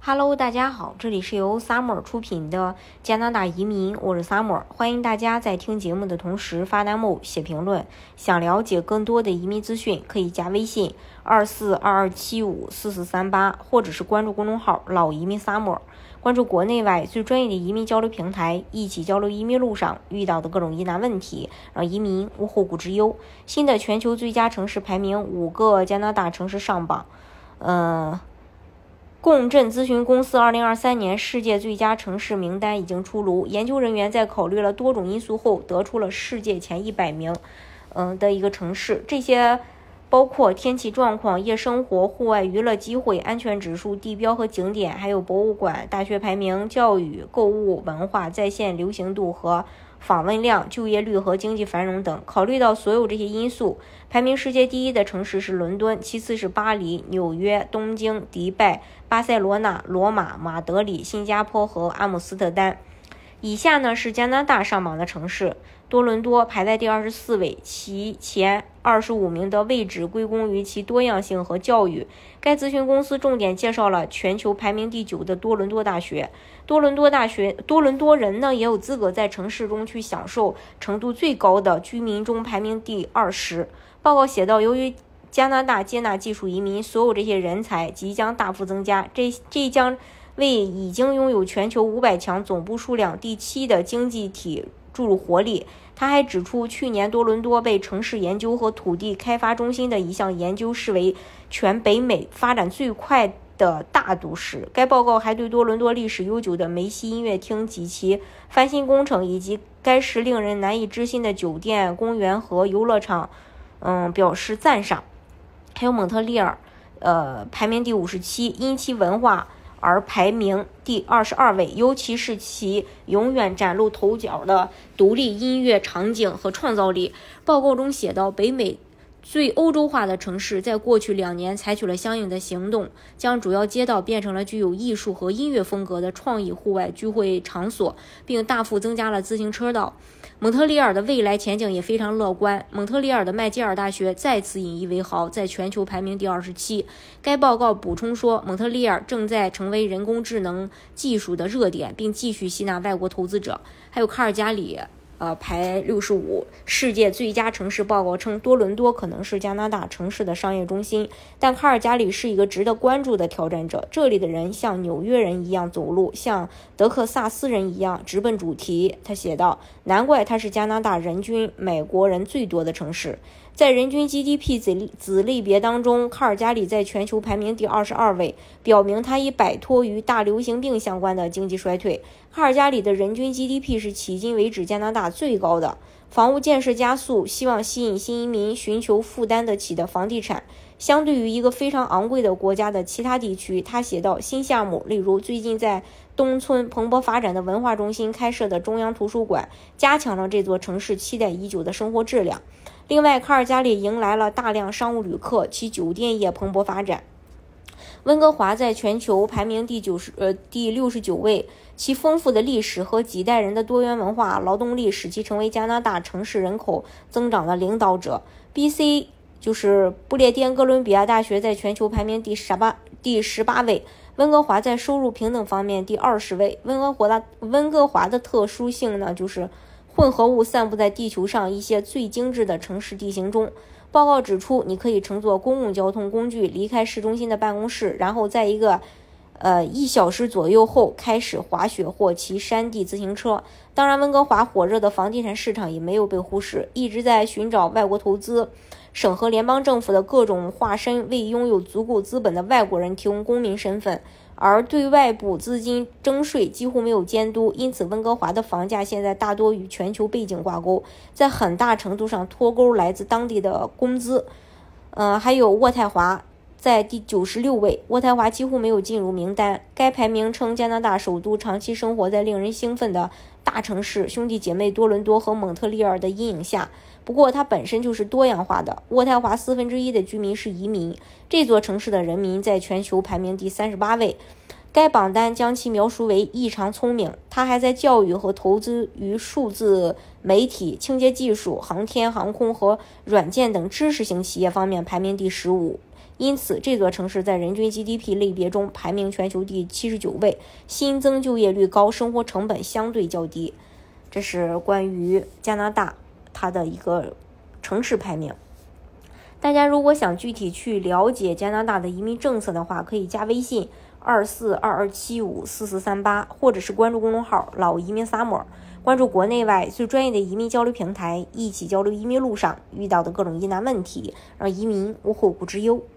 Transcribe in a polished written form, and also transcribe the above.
Hello， 大家好，这里是由 Summer 出品的加拿大移民，我是 Summer， 欢迎大家在听节目的同时发弹幕、写评论。想了解更多的移民资讯，可以加微信2422754438，或者是关注公众号老移民 Summer， 关注国内外最专业的移民交流平台，一起交流移民路上遇到的各种疑难问题，让移民无后顾之忧。新的全球最佳城市排名，5个加拿大城市上榜，共振咨询公司2023年世界最佳城市名单已经出炉，研究人员在考虑了多种因素后，得出了世界前100名的一个城市，这些包括天气状况、夜生活、户外娱乐机会、安全指数、地标和景点，还有博物馆、大学排名、教育、购物、文化、在线流行度和访问量、就业率和经济繁荣等。考虑到所有这些因素，排名世界第一的城市是伦敦，其次是巴黎、纽约、东京、迪拜、巴塞罗那、罗马、马德里、新加坡和阿姆斯特丹。以下呢是加拿大上榜的城市，多伦多排在第24位，其前25名的位置归功于其多样性和教育。该咨询公司重点介绍了全球排名第9的多伦多大学。多伦多人呢也有资格在城市中去享受程度最高的居民中排名第20。报告写道，由于加拿大接纳技术移民，所有这些人才即将大幅增加，这将为已经拥有全球500强总部数量第7的经济体注入活力。他还指出，去年多伦多被城市研究和土地开发中心的一项研究视为全北美发展最快的大都市。该报告还对多伦多历史悠久的梅西音乐厅及其翻新工程，以及该市令人难以置信的酒店、公园和游乐场表示赞赏。还有蒙特利尔排名第57，因其文化而排名第22位，尤其是其永远崭露头角的独立音乐场景和创造力。报告中写道，北美最欧洲化的城市在过去2年采取了相应的行动，将主要街道变成了具有艺术和音乐风格的创意户外聚会场所，并大幅增加了自行车道。蒙特利尔的未来前景也非常乐观，蒙特利尔的麦吉尔大学再次引以为豪，在全球排名第27。该报告补充说，蒙特利尔正在成为人工智能技术的热点，并继续吸纳外国投资者。还有卡尔加里排65，世界最佳城市报告称，多伦多可能是加拿大城市的商业中心，但卡尔加里是一个值得关注的挑战者。这里的人像纽约人一样走路，像德克萨斯人一样直奔主题。他写道，难怪它是加拿大人均美国人最多的城市。在人均 GDP 子类别当中，卡尔加里在全球排名第22位，表明它已摆脱与大流行病相关的经济衰退。卡尔加里的人均 GDP 是迄今为止加拿大最高的。房屋建设加速，希望吸引新移民寻求负担得起的房地产。相对于一个非常昂贵的国家的其他地区，他写道，新项目例如最近在东村蓬勃发展的文化中心开设的中央图书馆，加强了这座城市期待已久的生活质量。另外，卡尔加里迎来了大量商务旅客，其酒店业蓬勃发展。温哥华在全球排名第69位，其丰富的历史和几代人的多元文化劳动力使其成为加拿大城市人口增长的领导者。BC 就是不列颠哥伦比亚大学在全球排名第18位，温哥华在收入平等方面第20位。温哥华的特殊性呢，就是混合物散布在地球上一些最精致的城市地形中。报告指出，你可以乘坐公共交通工具离开市中心的办公室，然后在1小时左右后开始滑雪或骑山地自行车。当然，温哥华火热的房地产市场也没有被忽视，一直在寻找外国投资。审核联邦政府的各种化身，为拥有足够资本的外国人提供公民身份，而对外部资金征税几乎没有监督，因此温哥华的房价现在大多与全球背景挂钩，在很大程度上脱钩来自当地的工资。还有渥太华在第96位，渥太华几乎没有进入名单。该排名称加拿大首都长期生活在令人兴奋的大城市兄弟姐妹多伦多和蒙特利尔的阴影下，不过它本身就是多样化的。渥太华1/4的居民是移民，这座城市的人民在全球排名第38位。该榜单将其描述为异常聪明。他还在教育和投资于数字媒体、清洁技术、航天航空和软件等知识型企业方面排名第15。 因此这座城市在人均 GDP 类别中排名全球第79位，新增就业率高，生活成本相对较低。这是关于加拿大它的一个城市排名。大家如果想具体去了解加拿大的移民政策的话，可以加微信2422754438，或者是关注公众号老移民 Summer， 关注国内外最专业的移民交流平台，一起交流移民路上遇到的各种疑难问题，让移民无后顾之忧。